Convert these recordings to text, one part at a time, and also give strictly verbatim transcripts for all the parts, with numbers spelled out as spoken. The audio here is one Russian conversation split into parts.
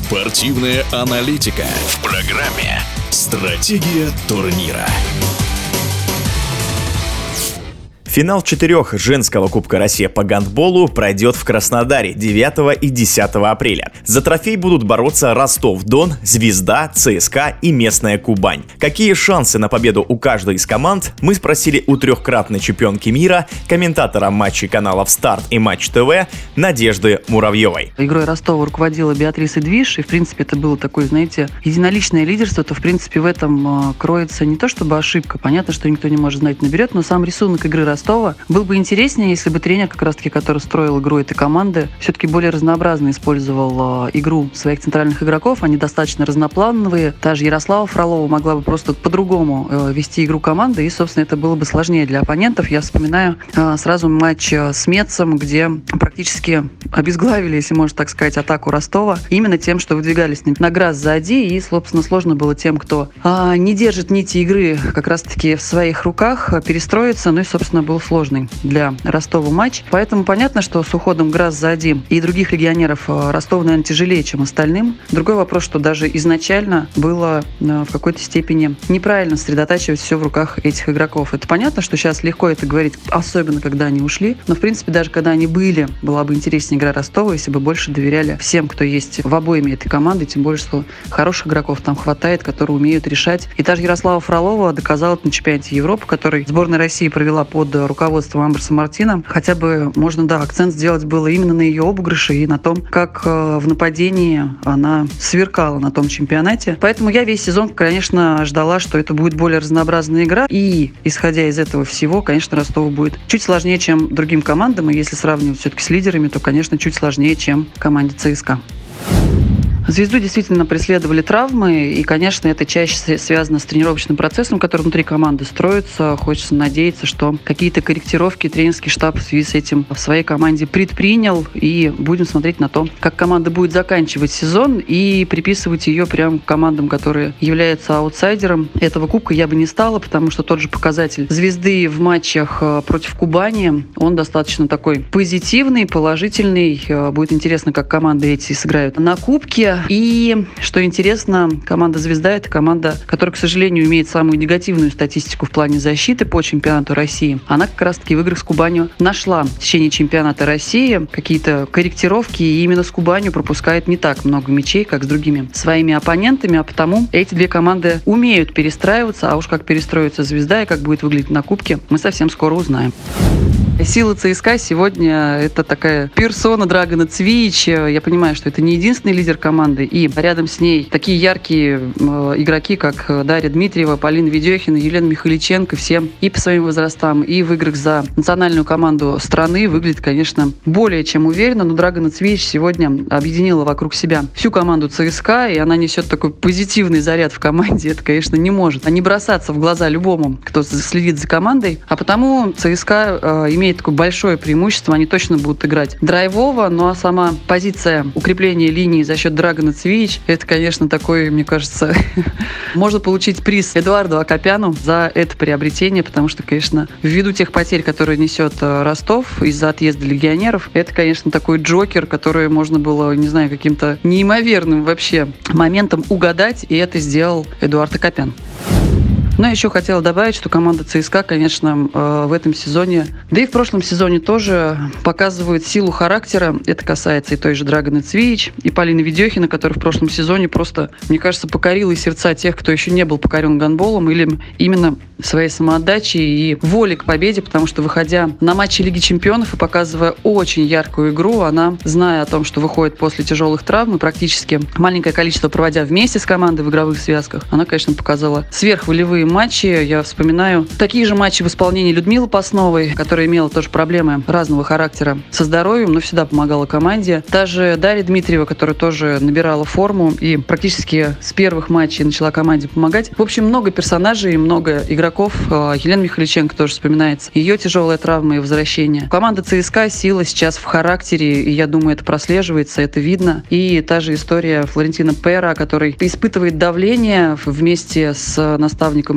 Спортивная аналитика в программе «Стратегия турнира». Финал четырех женского Кубка России по гандболу пройдет в Краснодаре девятого и десятого апреля. За трофей будут бороться Ростов-Дон, Звезда, ЦСКА и местная Кубань. Какие шансы на победу у каждой из команд, мы спросили у трехкратной чемпионки мира, комментатора матчей каналов «Старт» и «Матч ТВ» Надежды Муравьевой. Игрой Ростова руководила Беатриса Движ, и, в принципе, это было такое, знаете, единоличное лидерство, то, в принципе, в этом э, кроется не то чтобы ошибка. Понятно, что никто не может знать наперед, но сам рисунок игры Ростова был бы интереснее, если бы тренер, как раз-таки, который строил игру этой команды, все-таки более разнообразно использовал э, игру своих центральных игроков. Они достаточно разноплановые. Та же Ярослава Фролова могла бы просто по-другому э, вести игру команды, и, собственно, это было бы сложнее для оппонентов. Я вспоминаю э, сразу матч э, с Метцем, где практически обезглавили, если можно так сказать, атаку Ростова именно тем, что выдвигались на грас сзади, и, собственно, сложно было тем, кто э, не держит нити игры как раз-таки в своих руках, э, перестроиться. Ну и, собственно, был сложный для Ростова матч. Поэтому понятно, что с уходом грас сзади и других легионеров Ростов, наверное, тяжелее, чем остальным. Другой вопрос, что даже изначально было в какой-то степени неправильно сосредотачивать все в руках этих игроков. Это понятно, что сейчас легко это говорить, особенно когда они ушли. Но, в принципе, даже когда они были, была бы интереснее игра Ростова, если бы больше доверяли всем, кто есть в обойме этой команды. Тем более, что хороших игроков там хватает, которые умеют решать. И та же Ярослава Фролова доказала это на чемпионате Европы, который сборная России провела под руководством Амброса Мартина. Хотя бы можно, да, акцент сделать было именно на ее обыгрыше и на том, как э, в нападении она сверкала на том чемпионате. Поэтому я весь сезон, конечно, ждала, что это будет более разнообразная игра. И, исходя из этого всего, конечно, Ростову будет чуть сложнее, чем другим командам. И если сравнивать все-таки с лидерами, то, конечно, чуть сложнее, чем команде ЦСКА. Звезду действительно преследовали травмы, и, конечно, это чаще связано с тренировочным процессом, который внутри команды строится. Хочется надеяться, что какие-то корректировки тренерский штаб в связи с этим в своей команде предпринял, и будем смотреть на то, как команда будет заканчивать сезон, и приписывать ее прямо к командам, которые являются аутсайдером этого кубка, я бы не стала, потому что тот же показатель Звезды в матчах против Кубани, он достаточно такой позитивный, положительный. Будет интересно, как команды эти сыграют на кубке. И, что интересно, команда «Звезда» — это команда, которая, к сожалению, имеет самую негативную статистику в плане защиты по чемпионату России. Она как раз-таки в играх с Кубанью нашла в течение чемпионата России какие-то корректировки, и именно с Кубанью пропускает не так много мячей, как с другими своими оппонентами, а потому эти две команды умеют перестраиваться, а уж как перестроится «Звезда» и как будет выглядеть на кубке, мы совсем скоро узнаем. Сила ЦСКА сегодня – это такая персона Драгана Цвиича. Я понимаю, что это не единственный лидер команды. И рядом с ней такие яркие э, игроки, как Дарья Дмитриева, Полина Ведехина, Елена Михайличенко. Все и по своим возрастам, и в играх за национальную команду страны выглядит, конечно, более чем уверенно. Но Драгана Цвиич сегодня объединила вокруг себя всю команду ЦСКА, и она несет такой позитивный заряд в команде. Это, конечно, не может не бросаться в глаза любому, кто следит за командой. А потому ЦСКА э, имеет такое большое преимущество, они точно будут играть драйвово, ну а сама позиция укрепления линии за счет Драгана Цвиич, это, конечно, такой, мне кажется, можно получить приз Эдуарду Акопяну за это приобретение, потому что, конечно, ввиду тех потерь, которые несет Ростов из-за отъезда легионеров, это, конечно, такой джокер, который можно было, не знаю, каким-то неимоверным вообще моментом угадать, и это сделал Эдуард Акопян. Но еще хотела добавить, что команда ЦСКА, конечно, в этом сезоне, да и в прошлом сезоне тоже показывает силу характера. Это касается и той же Драганы Цвиич, и Полины Ведехина, которая в прошлом сезоне просто, мне кажется, покорила сердца тех, кто еще не был покорен гандболом, или именно своей самоотдачей и волей к победе, потому что, выходя на матчи Лиги Чемпионов и показывая очень яркую игру, она, зная о том, что выходит после тяжелых травм, и практически маленькое количество проводя вместе с командой в игровых связках, она, конечно, показала сверхволевые матчи. Я вспоминаю такие же матчи в исполнении Людмилы Пасновой, которая имела тоже проблемы разного характера со здоровьем, но всегда помогала команде. Та же Дарья Дмитриева, которая тоже набирала форму и практически с первых матчей начала команде помогать. В общем, много персонажей, много игроков. Елена Михайличенко тоже вспоминается. Ее тяжелая травма и возвращение. Команда ЦСКА сила сейчас в характере, и я думаю, это прослеживается, это видно. И та же история Флорентина Пера, который испытывает давление вместе с наставником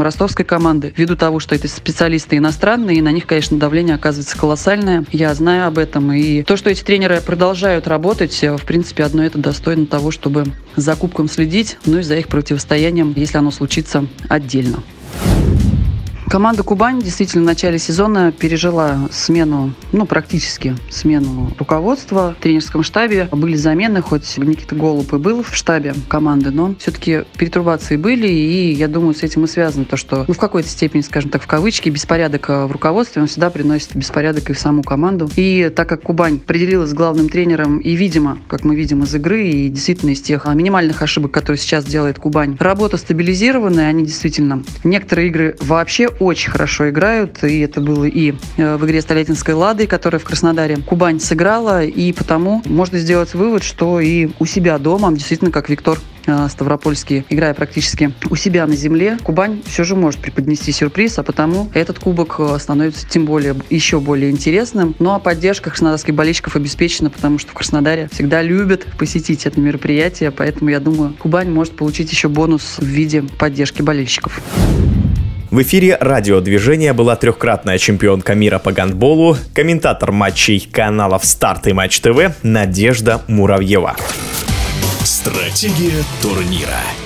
болельщикам ростовской команды, ввиду того, что это специалисты иностранные, и на них, конечно, давление оказывается колоссальное. Я знаю об этом. И то, что эти тренеры продолжают работать, в принципе, одно это достойно того, чтобы за кубком следить, ну и за их противостоянием, если оно случится отдельно. Команда «Кубань» действительно в начале сезона пережила смену, ну, практически смену руководства в тренерском штабе. Были замены, хоть Никита Голуб и был в штабе команды, но все-таки перетрубации были, и я думаю, с этим и связано то, что, ну, в какой-то степени, скажем так, в кавычки, беспорядок в руководстве, он всегда приносит беспорядок и в саму команду. И так как «Кубань» определилась главным тренером, и, видимо, как мы видим из игры, и действительно из тех минимальных ошибок, которые сейчас делает «Кубань», работа стабилизированная, они действительно, некоторые игры вообще очень хорошо играют, и это было и в игре с Тольяттинской «Ладой», которая в Краснодаре Кубань сыграла, и потому можно сделать вывод, что и у себя дома, действительно, как Виктор Ставропольский, играя практически у себя на земле, Кубань все же может преподнести сюрприз, а потому этот кубок становится тем более еще более интересным. Ну а поддержка краснодарских болельщиков обеспечена, потому что в Краснодаре всегда любят посетить это мероприятие, поэтому я думаю, Кубань может получить еще бонус в виде поддержки болельщиков. В эфире радиодвижения была трехкратная чемпионка мира по гандболу, комментатор матчей каналов «Старт» и «Матч ТВ» Надежда Муравьева. Стратегия турнира.